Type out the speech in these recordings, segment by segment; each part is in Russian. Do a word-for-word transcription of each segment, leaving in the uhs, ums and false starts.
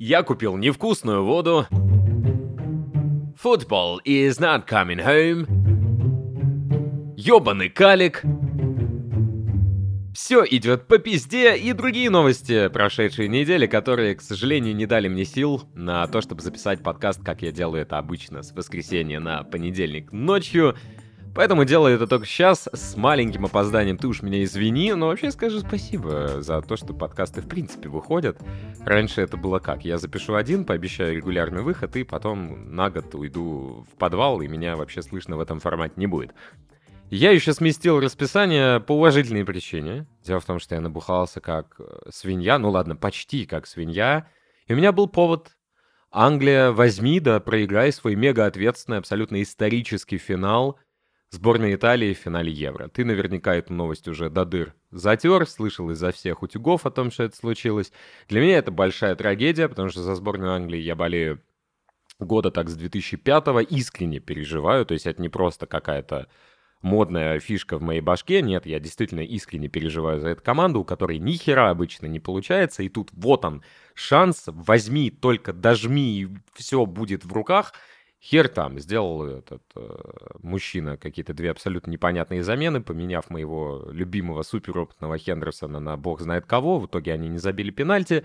Я купил невкусную воду. Football is not coming home. Ёбаный калик. Все идет по пизде, и другие новости прошедшей недели, которые, к сожалению, не дали мне сил на то, чтобы записать подкаст, как я делаю это обычно, с воскресенья на понедельник ночью. Поэтому делаю это только сейчас, с маленьким опозданием. Ты уж меня извини, но вообще скажу спасибо за то, что подкасты в принципе выходят. Раньше это было как? Я запишу один, пообещаю регулярный выход, и потом на год уйду в подвал, и меня вообще слышно в этом формате не будет. Я еще сместил расписание по уважительной причине. Дело в том, что я набухался как свинья, ну ладно, почти как свинья. И у меня был повод. Англия, возьми да проиграй свой мега-ответственный, абсолютно исторический финал сборной Италии в финале Евро. Ты наверняка эту новость уже до дыр затер, слышал изо всех утюгов о том, что это случилось. Для меня это большая трагедия, потому что за сборную Англии я болею года так с две тысячи пятого, искренне переживаю, то есть это не просто какая-то модная фишка в моей башке. Нет, я действительно искренне переживаю за эту команду, у которой ни хера обычно не получается. И тут вот он, шанс, возьми, только дожми, и все будет в руках. Хер там, сделал этот э, мужчина какие-то две абсолютно непонятные замены, поменяв моего любимого суперопытного Хендерсона на бог знает кого. В итоге они не забили пенальти.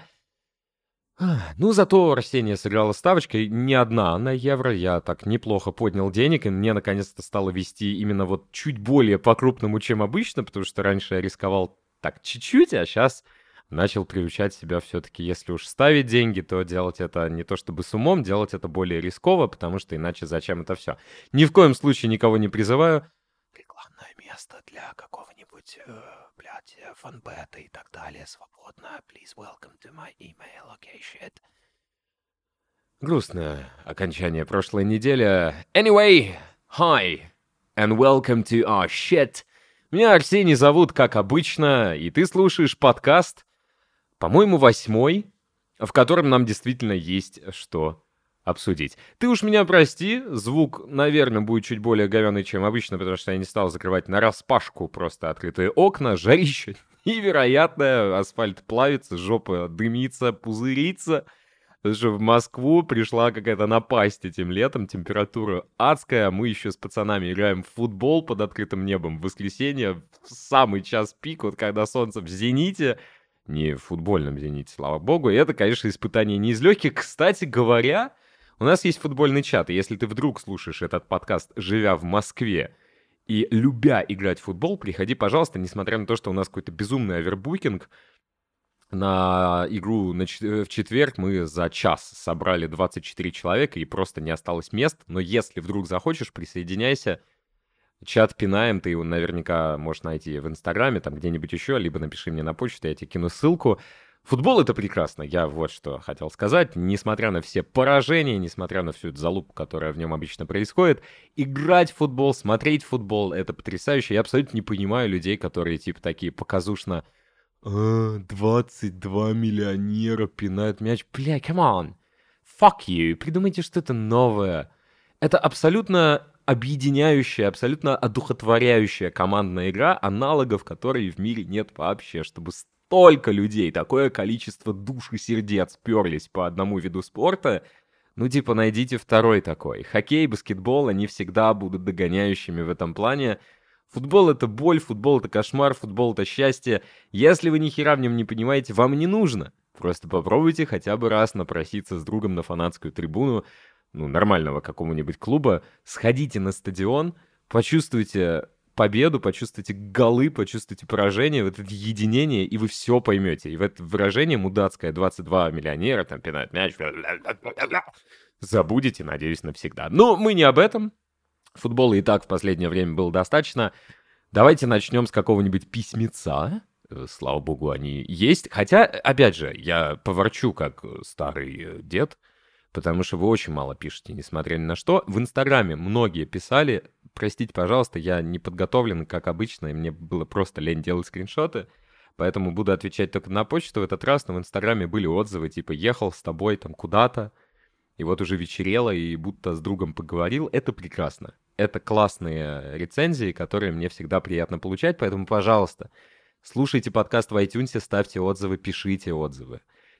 Ну, зато Арсения сыграла ставочкой не одна на Евро. Я так неплохо поднял денег, и мне наконец-то стало вести именно вот чуть более по-крупному, чем обычно, потому что раньше я рисковал так чуть-чуть, а сейчас начал приучать себя все-таки, если уж ставить деньги, то делать это не то чтобы с умом, делать это более рисково, потому что иначе зачем это все? Ни в коем случае никого не призываю. Рекламное место для какого-нибудь... блять, фанбета и так далее, свободно. Please welcome to my email, okay, shit. Грустное окончание прошлой недели. Anyway, hi, and welcome to our shit. Меня Арсений зовут, как обычно, и ты слушаешь подкаст, по-моему, восьмой, в котором нам действительно есть что обсудить. Ты уж меня прости, звук, наверное, будет чуть более говёный, чем обычно, потому что я не стал закрывать нараспашку просто открытые окна, жарище невероятное, асфальт плавится, жопа дымится, пузырится. Потому что в Москву пришла какая-то напасть этим летом, температура адская, а мы еще с пацанами играем в футбол под открытым небом в воскресенье, в самый час пик, вот когда солнце в зените, не в футбольном зените, слава богу, и это, конечно, испытание не из легких. Кстати говоря, у нас есть футбольный чат, и если ты вдруг слушаешь этот подкаст, живя в Москве, и любя играть в футбол, приходи, пожалуйста, несмотря на то, что у нас какой-то безумный овербукинг. На игру на ч- в четверг мы за час собрали двадцать четыре человека, и просто не осталось мест. Но если вдруг захочешь, присоединяйся. Чат пинаем, ты его наверняка можешь найти в Инстаграме, там где-нибудь еще, либо напиши мне на почту, я тебе кину ссылку. Футбол — это прекрасно, я вот что хотел сказать. Несмотря на все поражения, несмотря на всю эту залупу, которая в нем обычно происходит, играть в футбол, смотреть футбол — это потрясающе. Я абсолютно не понимаю людей, которые типа такие показушно «А, двадцать два миллионера пинают мяч». Бля, come on, fuck you, придумайте что-то новое. Это абсолютно объединяющая, абсолютно одухотворяющая командная игра, аналогов которой в мире нет вообще, чтобы столько людей, такое количество душ и сердец перлись по одному виду спорта. Ну, типа, найдите второй такой. Хоккей, баскетбол, они всегда будут догоняющими в этом плане. Футбол — это боль, футбол — это кошмар, футбол — это счастье. Если вы ни хера в нем не понимаете, вам не нужно. Просто попробуйте хотя бы раз напроситься с другом на фанатскую трибуну, ну, нормального какого-нибудь клуба, сходите на стадион, почувствуйте победу, почувствуйте голы, почувствуйте поражение, вот это единение, и вы все поймете. И в это выражение мудацкое «двадцать два миллионера», там, пинают мяч, забудете, надеюсь, навсегда. Но мы не об этом. Футбола и так в последнее время было достаточно. Давайте начнем с какого-нибудь письмеца. Слава богу, они есть. Хотя, опять же, я поворчу как старый дед, потому что вы очень мало пишете, несмотря ни на что. В Инстаграме многие писали. Простите, пожалуйста, я не подготовлен, как обычно, и мне было просто лень делать скриншоты. Поэтому буду отвечать только на почту в этот раз. Но в Инстаграме были отзывы, типа «ехал с тобой там куда-то». И вот уже вечерело, и будто с другом поговорил. Это прекрасно. Это классные рецензии, которые мне всегда приятно получать. Поэтому, пожалуйста, слушайте подкаст в iTunes, ставьте отзывы, пишите отзывы.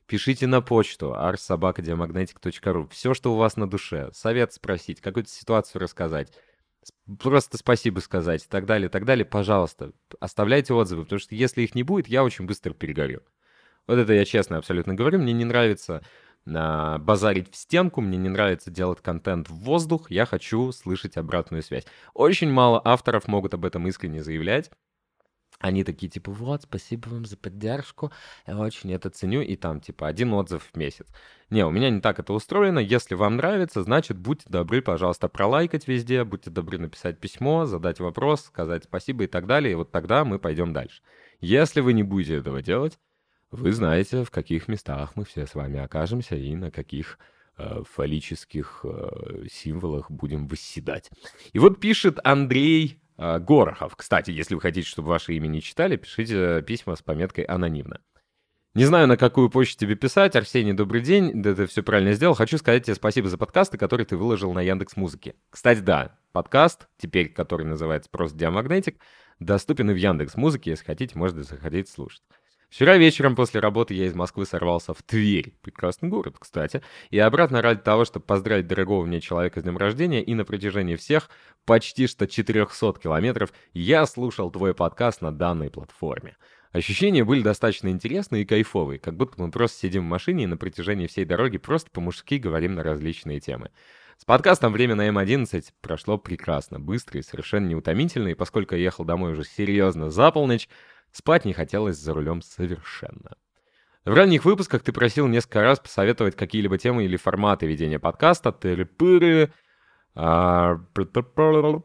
Пишите на почту ars собака diamagnetic точка ру. Все, что у вас на душе. Совет спросить, какую-то ситуацию рассказать. Просто спасибо сказать и так далее, и так далее. Пожалуйста, оставляйте отзывы, потому что если их не будет, я очень быстро перегорю. Вот это я честно абсолютно говорю. Мне не нравится а, базарить в стенку, мне не нравится делать контент в воздух. Я хочу слышать обратную связь. Очень мало авторов могут об этом искренне заявлять. Они такие, типа, вот, спасибо вам за поддержку, я очень это ценю, и там, типа, один отзыв в месяц. Не, у меня не так это устроено. Если вам нравится, значит, будьте добры, пожалуйста, пролайкать везде, будьте добры написать письмо, задать вопрос, сказать спасибо и так далее, и вот тогда мы пойдем дальше. Если вы не будете этого делать, вы знаете, в каких местах мы все с вами окажемся и на каких э, фаллических э, символах будем восседать. И вот пишет Андрей э, Горохов. Кстати, если вы хотите, чтобы ваше имя не читали, пишите письма с пометкой «Анонимно». Не знаю, на какую почту тебе писать. Арсений, добрый день. Да, ты все правильно сделал. Хочу сказать тебе спасибо за подкасты, которые ты выложил на Яндекс.Музыке. Кстати, да, подкаст, теперь который называется просто «Диамагнетик», доступен и в Яндекс.Музыке. Если хотите, можете заходить слушать. Вчера вечером после работы я из Москвы сорвался в Тверь, прекрасный город, кстати, и обратно ради того, чтобы поздравить дорогого мне человека с днем рождения, и на протяжении всех почти что четырехсот километров я слушал твой подкаст на данной платформе. Ощущения были достаточно интересные и кайфовые, как будто мы просто сидим в машине и на протяжении всей дороги просто по-мужски говорим на различные темы. С подкастом «Время на эм одиннадцать» прошло прекрасно, быстро и совершенно неутомительно, и поскольку я ехал домой уже серьезно за полночь, спать не хотелось за рулем совершенно. В ранних выпусках ты просил несколько раз посоветовать какие-либо темы или форматы ведения подкаста. Тыры-пыры. А... Так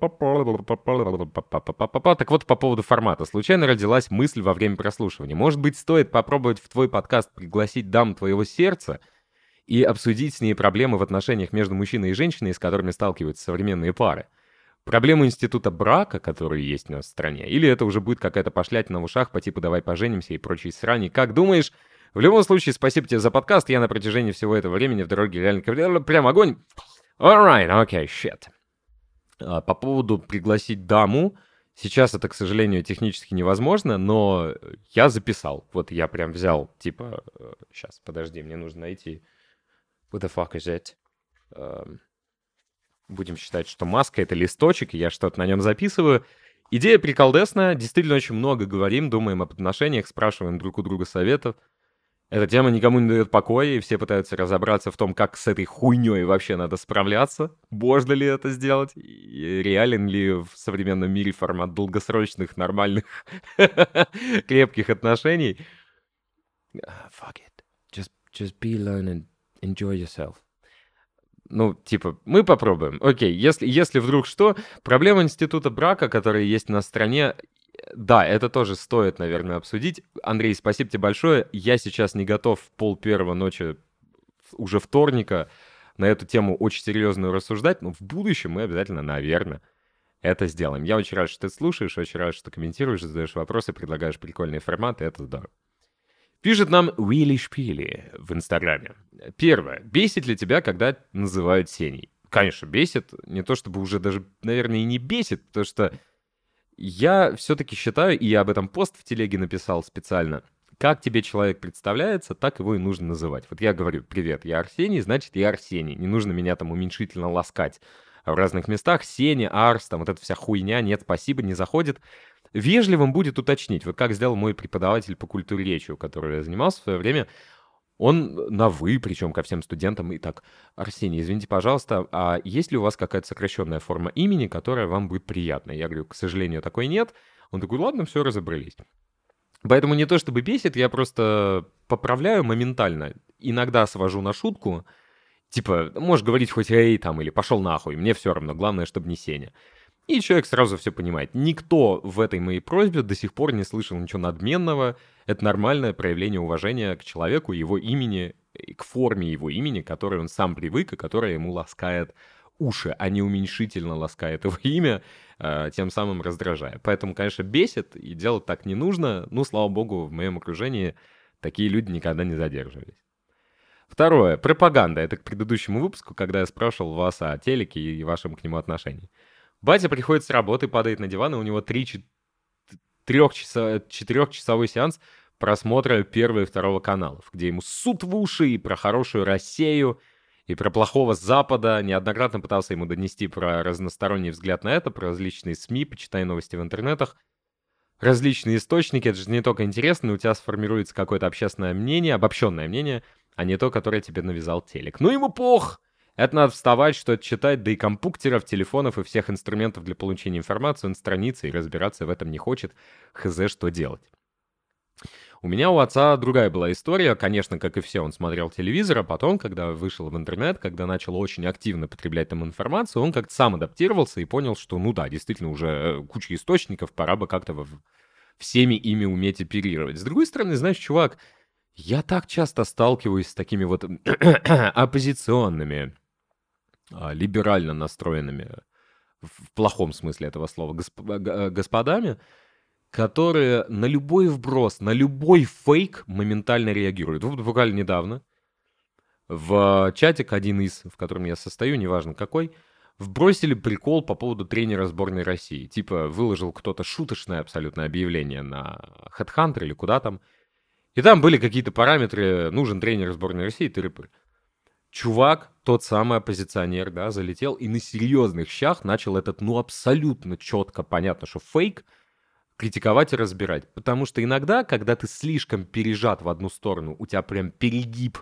вот, по поводу формата. Случайно родилась мысль во время прослушивания. Может быть, стоит попробовать в твой подкаст пригласить дам твоего сердца и обсудить с ней проблемы в отношениях между мужчиной и женщиной, с которыми сталкиваются современные пары. Проблему института брака, который есть у нас в стране, или это уже будет какая-то пошлятина в ушах по типу «давай поженимся» и прочей срани. Как думаешь? В любом случае, спасибо тебе за подкаст. Я на протяжении всего этого времени в дороге реально... Прям огонь. Alright, okay, shit. А, по поводу пригласить даму. Сейчас это, к сожалению, технически невозможно, но я записал. Вот я прям взял, типа... Сейчас, подожди, мне нужно найти... What the fuck is it? Um... Будем считать, что маска — это листочек, и я что-то на нем записываю. Идея приколдесная, действительно очень много говорим, думаем об отношениях, спрашиваем друг у друга советов. Эта тема никому не дает покоя, и все пытаются разобраться в том, как с этой хуйней вообще надо справляться. Можно ли это сделать? И реален ли в современном мире формат долгосрочных, нормальных, крепких отношений? Fuck it. Just, just be alone and enjoy yourself. Ну, типа, мы попробуем. Окей, если, если вдруг что, проблема института брака, которая есть на стране, да, это тоже стоит, наверное, обсудить. Андрей, спасибо тебе большое. Я сейчас не готов в пол первого ночи, уже вторника, на эту тему очень серьезную рассуждать, но в будущем мы обязательно, наверное, это сделаем. Я очень рад, что ты слушаешь, очень рад, что комментируешь, задаешь вопросы, предлагаешь прикольные форматы, это здорово. Пишет нам Уилли Шпили в Инстаграме. Первое. Бесит ли тебя, когда называют Сеней? Конечно, бесит. Не то чтобы уже даже, наверное, и не бесит, потому что я все-таки считаю, и я об этом пост в телеге написал специально, как тебе человек представляется, так его и нужно называть. Вот я говорю: привет, я Арсений, значит, я Арсений. Не нужно меня там уменьшительно ласкать в разных местах. Сеня, Арс, там вот эта вся хуйня, нет, спасибо, не заходит. Вежливым будет уточнить, вот как сделал мой преподаватель по культуре речи, у которого я занимался в свое время. Он на «вы», причем ко всем студентам. И так: Арсений, извините, пожалуйста, а есть ли у вас какая-то сокращенная форма имени, которая вам будет приятна? Я говорю: к сожалению, такой нет. Он такой: ладно, все, разобрались. Поэтому не то чтобы бесит, я просто поправляю моментально. Иногда свожу на шутку. Типа, можешь говорить хоть «эй» там или «пошел нахуй», мне все равно, главное, чтобы не Сеня. И человек сразу все понимает. Никто в этой моей просьбе до сих пор не слышал ничего надменного. Это нормальное проявление уважения к человеку, его имени, к форме его имени, к которой он сам привык и которая ему ласкает уши, а не уменьшительно ласкает его имя, тем самым раздражая. Поэтому, конечно, бесит, и делать так не нужно. Ну, слава богу, в моем окружении такие люди никогда не задерживались. Второе. Пропаганда. Это к предыдущему выпуску, когда я спрашивал вас о телеке и вашем к нему отношении. Батя приходит с работы, падает на диван, и у него три-четырехчасовой сеанс просмотра Первого и Второго каналов, где ему ссут в уши и про хорошую Россию, и про плохого Запада. Неоднократно пытался ему донести про разносторонний взгляд на это, про различные СМИ, почитай новости в интернетах, различные источники. Это же не только интересно, у тебя сформируется какое-то общественное мнение, обобщенное мнение, а не то, которое тебе навязал телек. Ну ему пох! Это надо вставать, что-то читать, да и компьютеров, телефонов и всех инструментов для получения информации он страницы и разбираться в этом не хочет. Хз, что делать. У меня у отца другая была история. Конечно, как и все, он смотрел телевизор, а потом, когда вышел в интернет, когда начал очень активно потреблять там информацию, он как-то сам адаптировался и понял, что, ну да, действительно, уже куча источников, пора бы как-то в... всеми ими уметь оперировать. С другой стороны, знаешь, чувак, я так часто сталкиваюсь с такими вот оппозиционными, либерально настроенными, в плохом смысле этого слова, госп- господами, которые на любой вброс, на любой фейк моментально реагируют. Вот буквально недавно в чатик один из, в котором я состою, неважно какой, вбросили прикол по поводу тренера сборной России. Типа выложил кто-то шуточное абсолютно объявление на HeadHunter или куда там. И там были какие-то параметры, нужен тренер сборной России, тыры-пыры. Чувак, тот самый оппозиционер, да, залетел и на серьезных щах начал этот, ну, абсолютно четко понятно, что фейк, критиковать и разбирать. Потому что иногда, когда ты слишком пережат в одну сторону, у тебя прям перегиб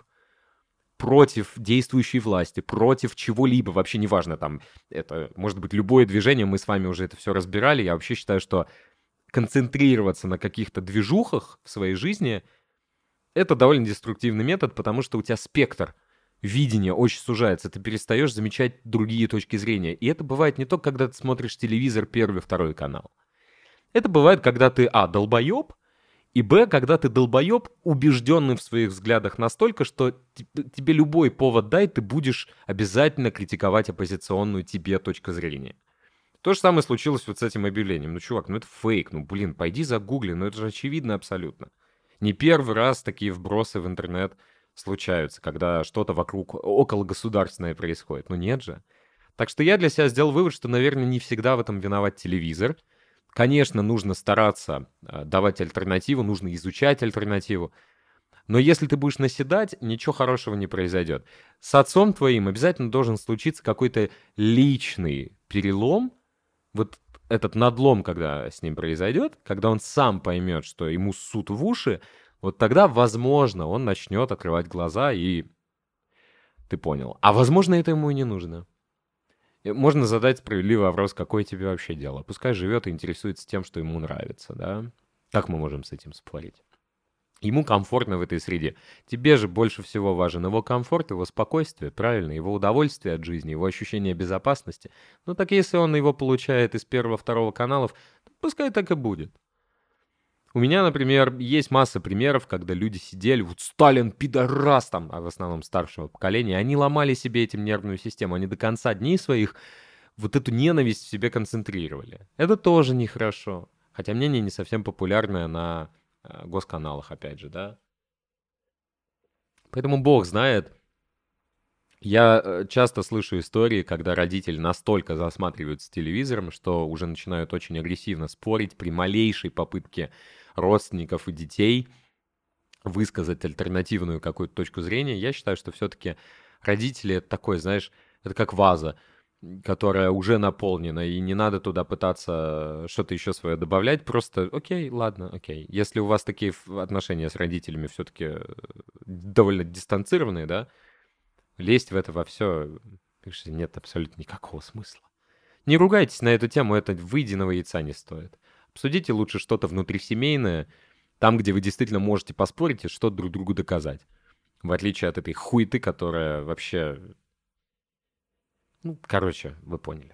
против действующей власти, против чего-либо, вообще неважно, там, это может быть любое движение, мы с вами уже это все разбирали, я вообще считаю, что концентрироваться на каких-то движухах в своей жизни — это довольно деструктивный метод, потому что у тебя спектр видения очень сужается, ты перестаешь замечать другие точки зрения. И это бывает не только, когда ты смотришь телевизор, первый, второй канал. Это бывает, когда ты, а, долбоеб, и, б, когда ты долбоеб, убежденный в своих взглядах настолько, что тебе любой повод дай, ты будешь обязательно критиковать оппозиционную тебе точку зрения. То же самое случилось вот с этим объявлением. Ну, чувак, ну это фейк, ну, блин, пойди загугли, ну это же очевидно абсолютно. Не первый раз такие вбросы в интернет случаются, когда что-то вокруг окологосударственное происходит. Ну нет же. Так что я для себя сделал вывод, что, наверное, не всегда в этом виноват телевизор. Конечно, нужно стараться давать альтернативу, нужно изучать альтернативу. Но если ты будешь наседать, ничего хорошего не произойдет. С отцом твоим обязательно должен случиться какой-то личный перелом. Вот этот надлом, когда с ним произойдет, когда он сам поймет, что ему ссут в уши, вот тогда, возможно, он начнет открывать глаза, и ты понял. А возможно, это ему и не нужно. Можно задать справедливый вопрос, какое тебе вообще дело. Пускай живет и интересуется тем, что ему нравится, да? Как мы можем с этим спорить? Ему комфортно в этой среде. Тебе же больше всего важен его комфорт, его спокойствие, правильно, его удовольствие от жизни, его ощущение безопасности. Ну так если он его получает из первого-второго каналов, пускай так и будет. У меня, например, есть масса примеров, когда люди сидели, вот Сталин пидорас там, а в основном старшего поколения, они ломали себе этим нервную систему, они до конца дней своих вот эту ненависть в себе концентрировали. Это тоже нехорошо. Хотя мнение не совсем популярное на э, госканалах, опять же, да. Поэтому бог знает. Я э, часто слышу истории, когда родители настолько засматриваются телевизором, что уже начинают очень агрессивно спорить при малейшей попытке родственников и детей высказать альтернативную какую-то точку зрения. Я считаю, что все-таки родители — это такой, знаешь, это как ваза, которая уже наполнена, и не надо туда пытаться что-то еще свое добавлять, просто окей, ладно, окей. Если у вас такие отношения с родителями все-таки довольно дистанцированные, да, лезть в это во все, нет абсолютно никакого смысла. Не ругайтесь на эту тему, это выеденного яйца не стоит. Обсудите лучше что-то внутрисемейное, там, где вы действительно можете поспорить и что-то друг другу доказать. В отличие от этой хуеты, которая вообще... Ну, короче, вы поняли.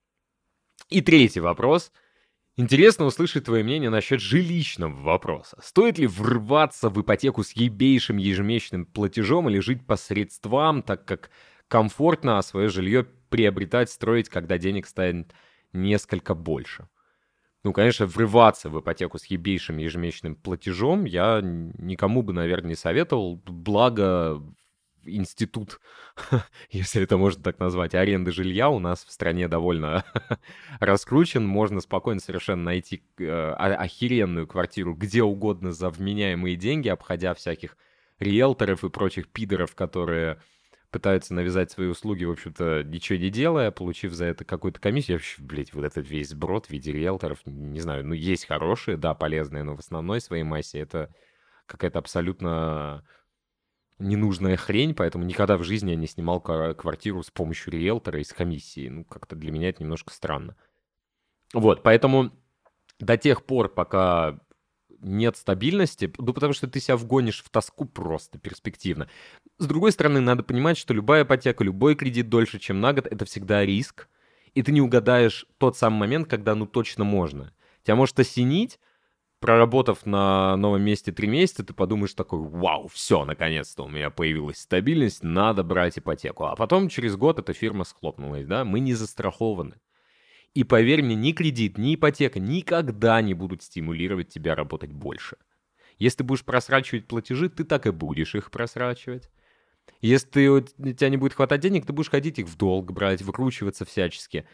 И третий вопрос. Интересно услышать твое мнение насчет жилищного вопроса. Стоит ли врываться в ипотеку с ебейшим ежемесячным платежом или жить по средствам, так как комфортно, а свое жилье приобретать, строить, когда денег станет несколько больше? Ну, конечно, врываться в ипотеку с ебейшим ежемесячным платежом я никому бы, наверное, не советовал. Благо, институт, если это можно так назвать, аренды жилья у нас в стране довольно раскручен. Можно спокойно совершенно найти э, о- охеренную квартиру где угодно за вменяемые деньги, обходя всяких риэлторов и прочих пидоров, которые пытаются навязать свои услуги, в общем-то, ничего не делая, получив за это какую-то комиссию. Я вообще, блядь, вот этот весь сброд в виде риэлторов, не знаю, ну, есть хорошие, да, полезные, но в основной своей массе это какая-то абсолютно ненужная хрень, поэтому никогда в жизни я не снимал ка- квартиру с помощью риэлтора и с комиссией. Ну, как-то для меня это немножко странно. Вот, поэтому до тех пор, пока нет стабильности, ну, потому что ты себя вгонишь в тоску просто перспективно. С другой стороны, надо понимать, что любая ипотека, любой кредит дольше, чем на год, это всегда риск, и ты не угадаешь тот самый момент, когда ну точно можно. Тебя может осенить, проработав на новом месте три месяца, ты подумаешь такой: вау, все, наконец-то у меня появилась стабильность, надо брать ипотеку. А потом через год эта фирма схлопнулась, да, мы не застрахованы. И поверь мне, ни кредит, ни ипотека никогда не будут стимулировать тебя работать больше. Если ты будешь просрачивать платежи, ты так и будешь их просрачивать. Если ты, у тебя не будет хватать денег, ты будешь ходить их в долг брать, выкручиваться всячески.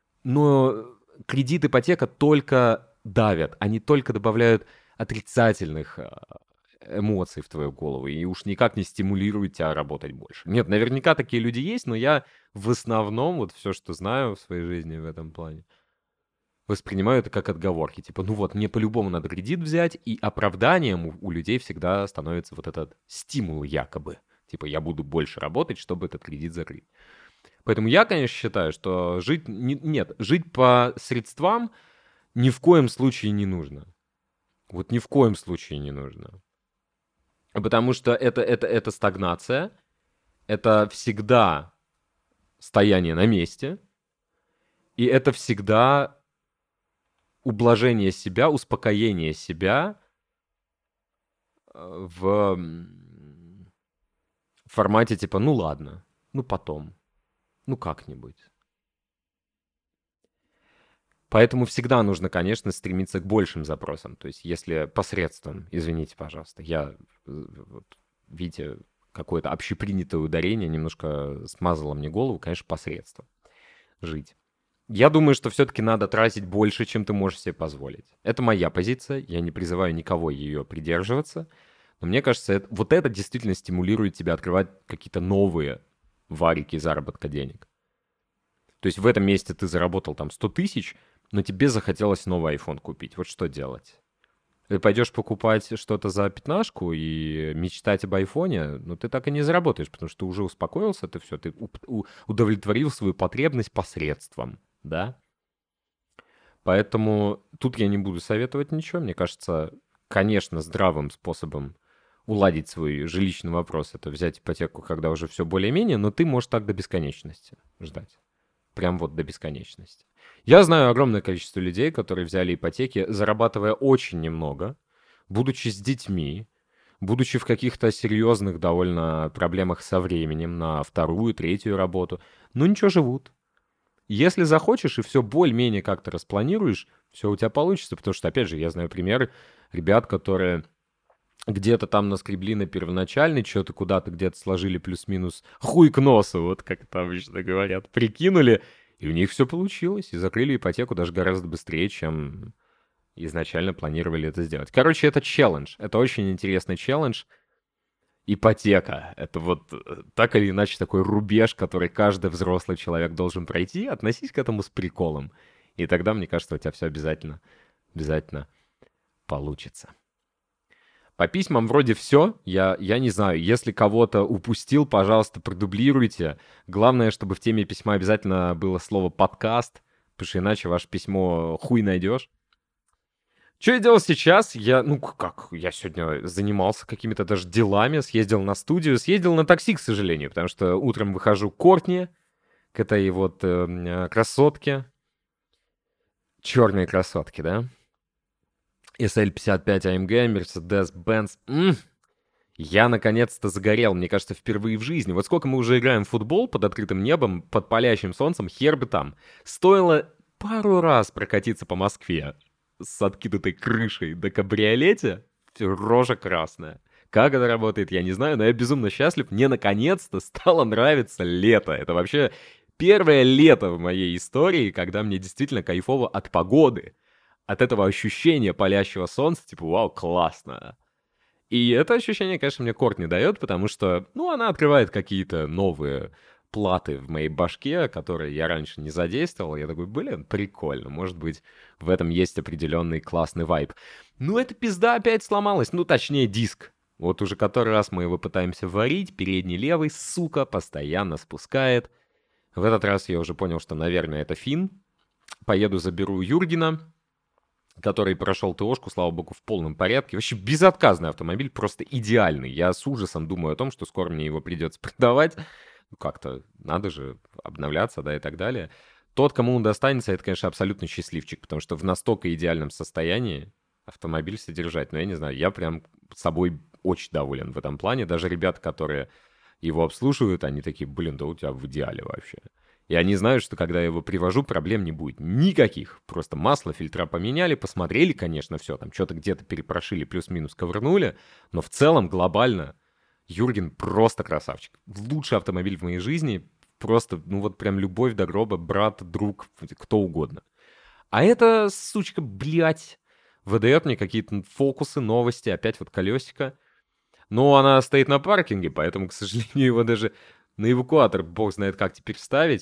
Но кредит, ипотека только давят, они только добавляют отрицательных а, эмоций в твою голову и уж никак не стимулируют тебя работать больше. Нет, наверняка такие люди есть, но я в основном, вот все, что знаю в своей жизни в этом плане, воспринимаю это как отговорки. Типа, ну вот, мне по-любому надо кредит взять, и оправданием у, у людей всегда становится вот этот стимул якобы. Типа, я буду больше работать, чтобы этот кредит закрыть. Поэтому я, конечно, считаю, что жить... Не, нет, жить по средствам ни в коем случае не нужно. Вот ни в коем случае не нужно. Потому что это, это, это стагнация, это всегда стояние на месте, и это всегда ублажение себя, успокоение себя в формате типа, ну ладно, ну потом, ну как-нибудь. Поэтому всегда нужно, конечно, стремиться к большим запросам. То есть если посредством, извините, пожалуйста, я, вот, видите, какое-то общепринятое ударение немножко смазало мне голову, конечно, посредством жить. Я думаю, что все-таки надо тратить больше, чем ты можешь себе позволить. Это моя позиция, я не призываю никого ее придерживаться, но мне кажется, это, вот это действительно стимулирует тебя открывать какие-то новые варики заработка денег. То есть в этом месяце ты заработал там сто тысяч, но тебе захотелось новый iPhone купить. Вот что делать? Ты пойдешь покупать что-то за пятнашку и мечтать об айфоне, но ты так и не заработаешь, потому что ты уже успокоился, ты все, ты удовлетворил свою потребность посредством, да? Поэтому тут я не буду советовать ничего. Мне кажется, конечно, здравым способом уладить свой жилищный вопрос — это взять ипотеку, когда уже все более-менее, но ты можешь так до бесконечности ждать. Прям вот до бесконечности. Я знаю огромное количество людей, которые взяли ипотеки, зарабатывая очень немного, будучи с детьми, будучи в каких-то серьезных довольно проблемах со временем на вторую, третью работу. Ну ничего, живут. Если захочешь и все более-менее как-то распланируешь, все у тебя получится. Потому что, опять же, я знаю примеры ребят, которые где-то там наскребли на первоначальный, что-то куда-то где-то сложили плюс-минус хуй к носу, вот как это обычно говорят, прикинули, и у них все получилось, и закрыли ипотеку даже гораздо быстрее, чем изначально планировали это сделать. Короче, это челлендж, это очень интересный челлендж. Ипотека — это вот э, так или иначе такой рубеж, который каждый взрослый человек должен пройти. Относись к этому с приколом, и тогда, мне кажется, у тебя все обязательно, обязательно получится. По письмам вроде все. Я, я не знаю, если кого-то упустил, пожалуйста, продублируйте. Главное, чтобы в теме письма обязательно было слово «подкаст», потому что иначе ваше письмо хуй найдешь. Что я делал сейчас? Я, ну как, я сегодня занимался какими-то даже делами, съездил на студию, съездил на такси, к сожалению, потому что утром выхожу к Кортни, к этой вот э, красотке. Черные красотки, да? эс эл пятьдесят пять эй эм джи, Mercedes-Benz. М-м. Я наконец-то загорел, мне кажется, впервые в жизни. Вот сколько мы уже играем в футбол под открытым небом, под палящим солнцем, хер бы там. Стоило пару раз прокатиться по Москве с откинутой крышей до кабриолете, всё, рожа красная. Как это работает, я не знаю, но я безумно счастлив. Мне наконец-то стало нравиться лето. Это вообще первое лето в моей истории, когда мне действительно кайфово от погоды. От этого ощущения палящего солнца, типа, вау, классно. И это ощущение, конечно, мне Кортни дает, потому что, ну, она открывает какие-то новые платы в моей башке, которые я раньше не задействовал. Я такой, блин, прикольно, может быть, в этом есть определенный классный вайб. Ну, эта пизда опять сломалась, ну, точнее, диск. Вот уже который раз мы его пытаемся варить, передний левый, сука, постоянно спускает. В этот раз я уже понял, что, наверное, это фин. Поеду заберу Юргена, который прошел ТОшку, слава богу, в полном порядке. Вообще безотказный автомобиль, просто идеальный. Я с ужасом думаю о том, что скоро мне его придется продавать. Ну, как-то надо же обновляться, да, и так далее. Тот, кому он достанется, это, конечно, абсолютно счастливчик, потому что в настолько идеальном состоянии автомобиль содержать. Но я не знаю, я прям собой очень доволен в этом плане. Даже ребята, которые его обслуживают, они такие, блин, да у тебя в идеале вообще. И они знают, что когда я его привожу, проблем не будет никаких. Просто масло, фильтра поменяли, посмотрели, конечно, все, там что-то где-то перепрошили, плюс-минус ковырнули, но в целом глобально Юрген просто красавчик. Лучший автомобиль в моей жизни, просто, ну вот прям любовь до гроба, брат, друг, кто угодно. А эта сучка, блядь, выдает мне какие-то фокусы, новости, опять вот колесико. Но она стоит на паркинге, поэтому, к сожалению, его даже на эвакуатор бог знает как теперь вставить.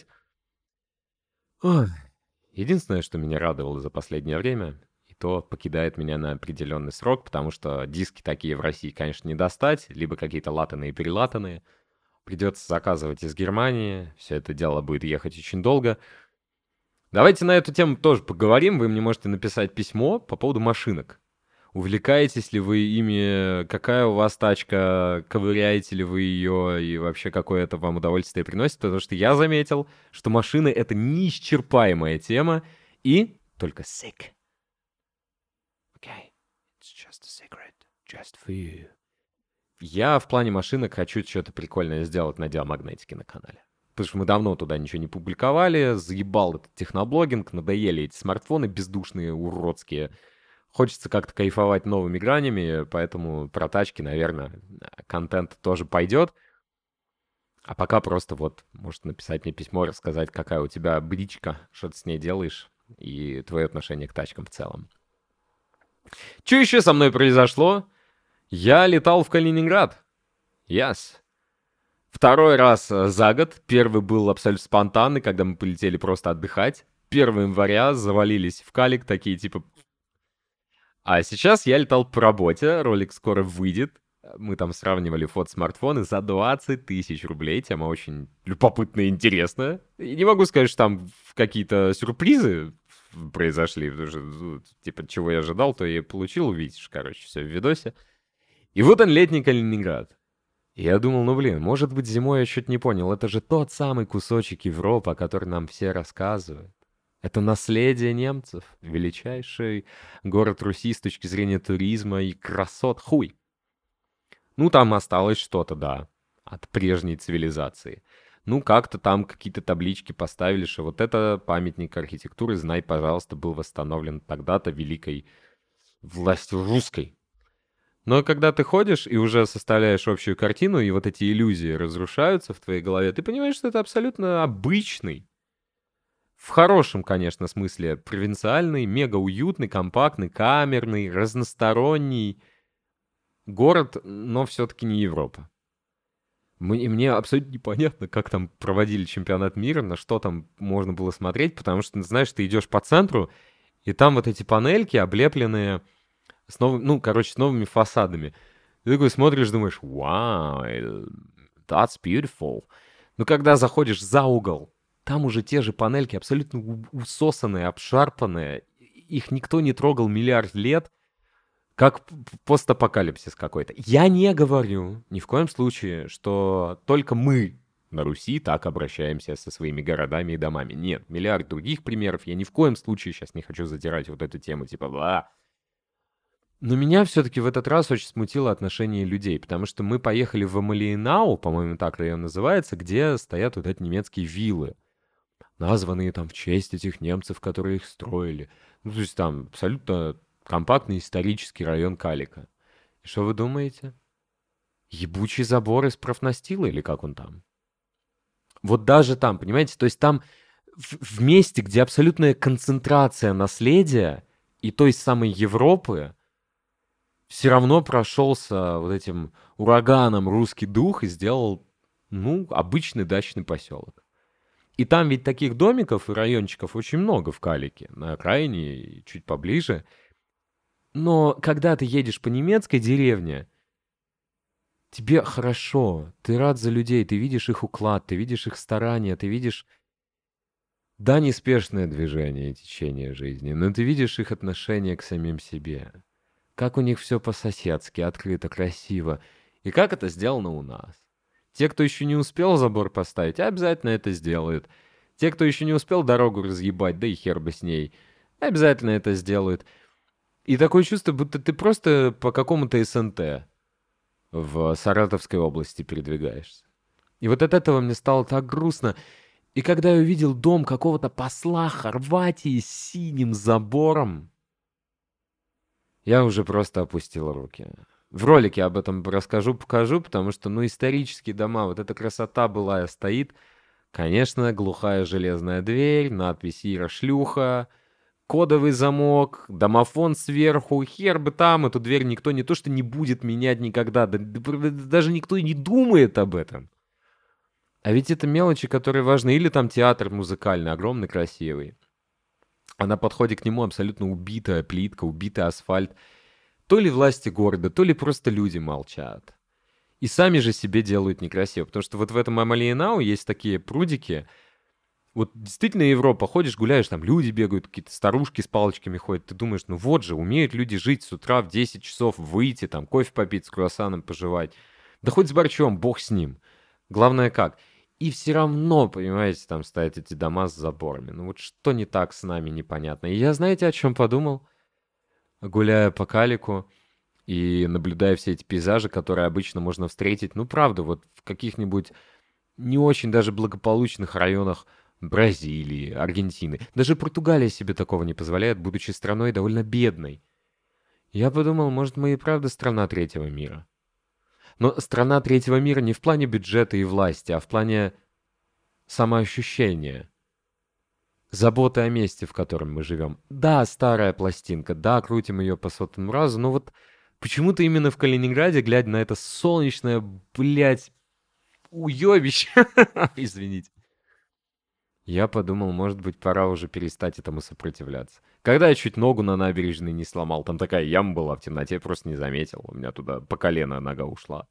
Ой. Единственное, что меня радовало за последнее время, и то покидает меня на определенный срок, потому что диски такие в России, конечно, не достать, либо какие-то латанные и перелатанные. Придется заказывать из Германии, все это дело будет ехать очень долго. Давайте на эту тему тоже поговорим. Вы мне можете написать письмо по поводу машинок. Увлекаетесь ли вы ими? Какая у вас тачка? Ковыряете ли вы ее? И вообще, какое это вам удовольствие приносит? Потому что я заметил, что машины — это неисчерпаемая тема. И только sick. Okay. It's just a secret. Just for you. Я в плане машинок хочу что-то прикольное сделать на диамагнетике на канале. Потому что мы давно туда ничего не публиковали. Заебал этот техноблогинг. Надоели эти смартфоны бездушные, уродские. Хочется как-то кайфовать новыми гранями, поэтому про тачки, наверное, контент тоже пойдет. А пока просто вот, может написать мне письмо, рассказать, какая у тебя бричка, что ты с ней делаешь, и твое отношение к тачкам в целом. Что еще со мной произошло? Я летал в Калининград. Yes. Второй раз за год. Первый был абсолютно спонтанный, когда мы полетели просто отдыхать. первого января завалились в Калик, такие типа... А сейчас я летал по работе, ролик скоро выйдет. Мы там сравнивали фото-смартфоны за двадцать тысяч рублей. Тема очень любопытная и интересная. И не могу сказать, что там какие-то сюрпризы произошли, потому что, ну, типа, чего я ожидал, то я и получил, увидишь, короче, все в видосе. И вот он, летний Калининград. И я думал, ну, блин, может быть, зимой я что-то не понял. Это же тот самый кусочек Европы, о котором нам все рассказывают. Это наследие немцев, величайший город Руси с точки зрения туризма и красот. Хуй. Ну, там осталось что-то, да, от прежней цивилизации. Ну, как-то там какие-то таблички поставили, что вот это памятник архитектуры, знай, пожалуйста, был восстановлен тогда-то великой властью русской. Но когда ты ходишь и уже составляешь общую картину, и вот эти иллюзии разрушаются в твоей голове, ты понимаешь, что это абсолютно обычный, в хорошем, конечно, смысле, провинциальный, мега уютный, компактный, камерный, разносторонний город, но все-таки не Европа. Мне, мне абсолютно непонятно, как там проводили чемпионат мира, на что там можно было смотреть, потому что, знаешь, ты идешь по центру, и там вот эти панельки, облепленные с новыми, ну, короче, с новыми фасадами. Ты такой смотришь, думаешь, вау, that's beautiful. Но когда заходишь за угол, там уже те же панельки, абсолютно усосанные, обшарпанные. Их никто не трогал миллиард лет. Как постапокалипсис какой-то. Я не говорю ни в коем случае, что только мы на Руси так обращаемся со своими городами и домами. Нет, миллиард других примеров. Я ни в коем случае сейчас не хочу затирать вот эту тему, типа, бла. Но меня все-таки в этот раз очень смутило отношение людей, потому что мы поехали в Амалиенау, по-моему, так район называется, где стоят вот эти немецкие виллы, названные там в честь этих немцев, которые их строили. Ну, то есть там абсолютно компактный исторический район Калика. И что вы думаете? ебучий забор из профнастила или как он там. Вот даже там, понимаете, то есть там в, в месте, где абсолютная концентрация наследия и той самой Европы, все равно прошелся вот этим ураганом русский дух и сделал, ну, обычный дачный поселок. И там ведь таких домиков и райончиков очень много в Калике, на окраине и чуть поближе. Но когда ты едешь по немецкой деревне, тебе хорошо, ты рад за людей, ты видишь их уклад, ты видишь их старания, ты видишь, да, неспешное движение и течение жизни, но ты видишь их отношение к самим себе. Как у них все по-соседски, открыто, красиво. И как это сделано у нас. Те, кто еще не успел забор поставить, обязательно это сделают. Те, кто еще не успел дорогу разъебать, да и хер бы с ней, обязательно это сделают. И такое чувство, будто ты просто по какому-то СНТ в Саратовской области передвигаешься. И вот от этого мне стало так грустно. И когда я увидел дом какого-то посла Хорватии с синим забором, я уже просто опустил руки. В ролике об этом расскажу, покажу, потому что, ну, исторические дома, вот эта красота былая стоит. Конечно, глухая железная дверь, надпись «Ира шлюха», кодовый замок, домофон сверху, хер бы там, эту дверь никто не то что не будет менять никогда, да, да, даже никто и не думает об этом. А ведь это мелочи, которые важны. Или там театр музыкальный, огромный, красивый. А на подходе к нему абсолютно убитая плитка, убитый асфальт. То ли власти города, то ли просто люди молчат. И сами же себе делают некрасиво. Потому что вот в этом Амалиенау есть такие прудики. Вот действительно Европа, ходишь, гуляешь, там люди бегают, какие-то старушки с палочками ходят. Ты думаешь, ну вот же, умеют люди жить с утра в десять часов, выйти, там кофе попить, с круассаном пожевать. Да хоть с борщом, бог с ним. Главное как. И все равно, понимаете, там стоят эти дома с заборами. Ну вот что не так с нами, непонятно. И я, знаете, о чем подумал? Гуляя по Калику и наблюдая все эти пейзажи, которые обычно можно встретить, ну правда, вот в каких-нибудь не очень даже благополучных районах Бразилии, Аргентины. Даже Португалия себе такого не позволяет, будучи страной довольно бедной. Я подумал, может, мы и правда страна третьего мира. Но страна третьего мира не в плане бюджета и власти, а в плане самоощущения. Заботы о месте, в котором мы живем. Да, старая пластинка, да, крутим ее по сотому разу, но вот почему-то именно в Калининграде, глядя на это солнечное, блядь, уебище, извините, я подумал, может быть, пора уже перестать этому сопротивляться. Когда я чуть ногу на набережной не сломал, там такая яма была в темноте, я просто не заметил. У меня туда по колено нога ушла.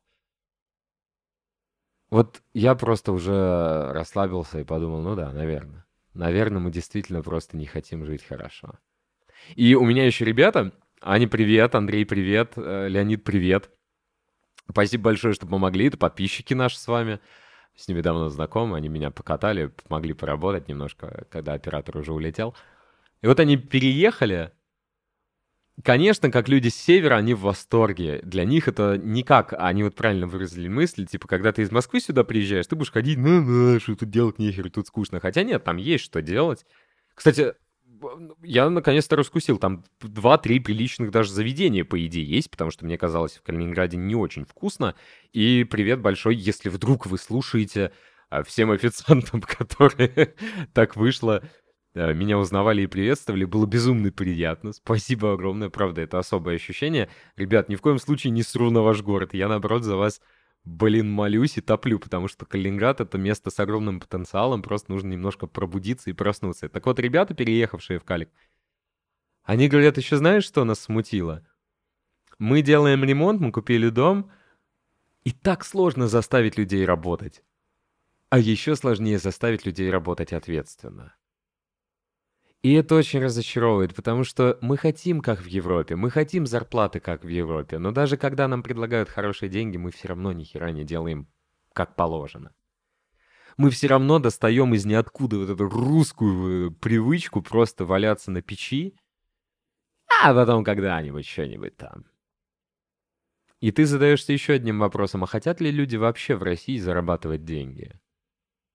Вот я просто уже расслабился и подумал, ну да, наверное. Наверное, мы действительно просто не хотим жить хорошо. И у меня еще ребята, Аня, привет, Андрей, привет, э, Леонид, привет. Спасибо большое, что помогли, это подписчики наши с вами. С ними давно знакомы, они меня покатали, помогли поработать немножко, когда оператор уже улетел. И вот они переехали. Конечно, как люди с севера, они в восторге. Для них это никак, они вот правильно выразили мысли, типа, когда ты из Москвы сюда приезжаешь, ты будешь ходить, ну-ну, что тут делать нехер, тут скучно. Хотя нет, там есть что делать. Кстати, я наконец-то раскусил, там два-три приличных даже заведения, по идее, есть, потому что мне казалось, в Калининграде не очень вкусно. И привет большой, если вдруг вы слушаете всем официантам, которые так вышло, меня узнавали и приветствовали, было безумно приятно. Спасибо огромное, правда, это особое ощущение. Ребят, ни в коем случае не сру на ваш город. Я, наоборот, за вас, блин, молюсь и топлю, потому что Калининград — это место с огромным потенциалом, просто нужно немножко пробудиться и проснуться. Так вот, ребята, переехавшие в Калик, они говорят, еще знаешь, что нас смутило? Мы делаем ремонт, мы купили дом, и так сложно заставить людей работать. А еще сложнее заставить людей работать ответственно. И это очень разочаровывает, потому что мы хотим, как в Европе, мы хотим зарплаты, как в Европе, но даже когда нам предлагают хорошие деньги, мы все равно ни хера не делаем, как положено. Мы все равно достаем из ниоткуда вот эту русскую привычку просто валяться на печи, а потом когда-нибудь что-нибудь там. И ты задаешься еще одним вопросом, а хотят ли люди вообще в России зарабатывать деньги?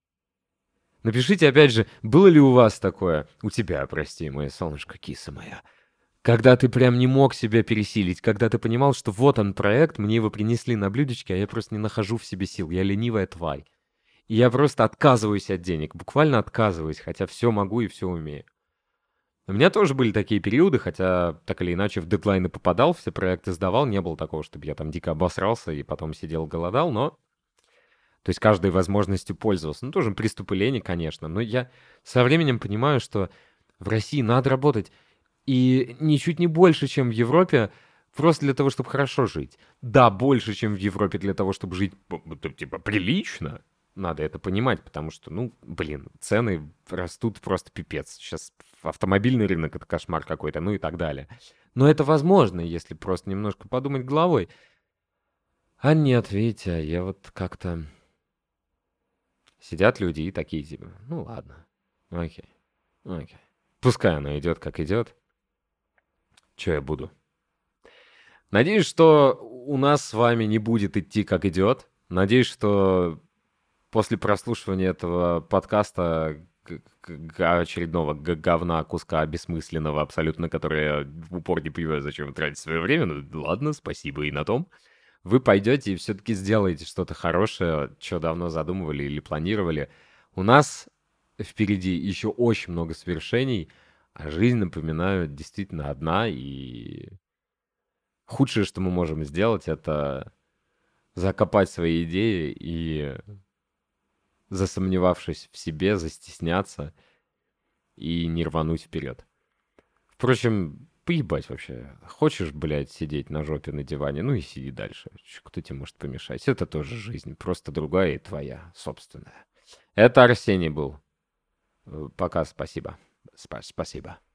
Напишите, опять же, было ли у вас такое, у тебя, прости, мое солнышко, киса моя, Когда ты прям не мог себя пересилить, когда ты понимал, что вот он проект, мне его принесли на блюдечке, а я просто не нахожу в себе сил, я ленивая тварь. И я просто отказываюсь от денег, буквально отказываюсь, хотя все могу и все умею. У меня тоже были такие периоды, хотя так или иначе в дедлайны попадал, все проекты сдавал, не было такого, чтобы я там дико обосрался и потом сидел голодал, но... То есть каждой возможностью пользовался. Ну, тоже приступы лени, конечно, но я со временем понимаю, что в России надо работать и ничуть не больше, чем в Европе, просто для того, чтобы хорошо жить. Да, больше, чем в Европе для того, чтобы жить, типа, прилично. Надо это понимать, потому что, ну, блин, цены растут просто пипец. Сейчас автомобильный рынок — это кошмар какой-то, ну и так далее. Но это возможно, если просто немножко подумать головой. А нет, видите, я вот как-то... Сидят люди и такие, типа, ну ладно, окей, окей. Пускай оно идет, как идет. Че я буду? Надеюсь, что у нас с вами не будет идти, как идет. Надеюсь, что после прослушивания этого подкаста очередного говна, куска бессмысленного абсолютно, который я в упор не понимаю, зачем тратить свое время, ну ладно, спасибо и на том. Вы пойдете и все-таки сделаете что-то хорошее, что давно задумывали или планировали. У нас впереди еще очень много свершений, а жизнь, напоминаю, действительно одна, и худшее, что мы можем сделать, это закопать свои идеи и, засомневавшись в себе, застесняться и не рвануть вперед. Впрочем, поебать вообще. Хочешь, блядь, сидеть на жопе на диване, ну и сиди дальше. Кто тебе может помешать? Это тоже жизнь, просто другая и твоя, собственная. Это Арсений был. Пока, спасибо. Спа- спасибо.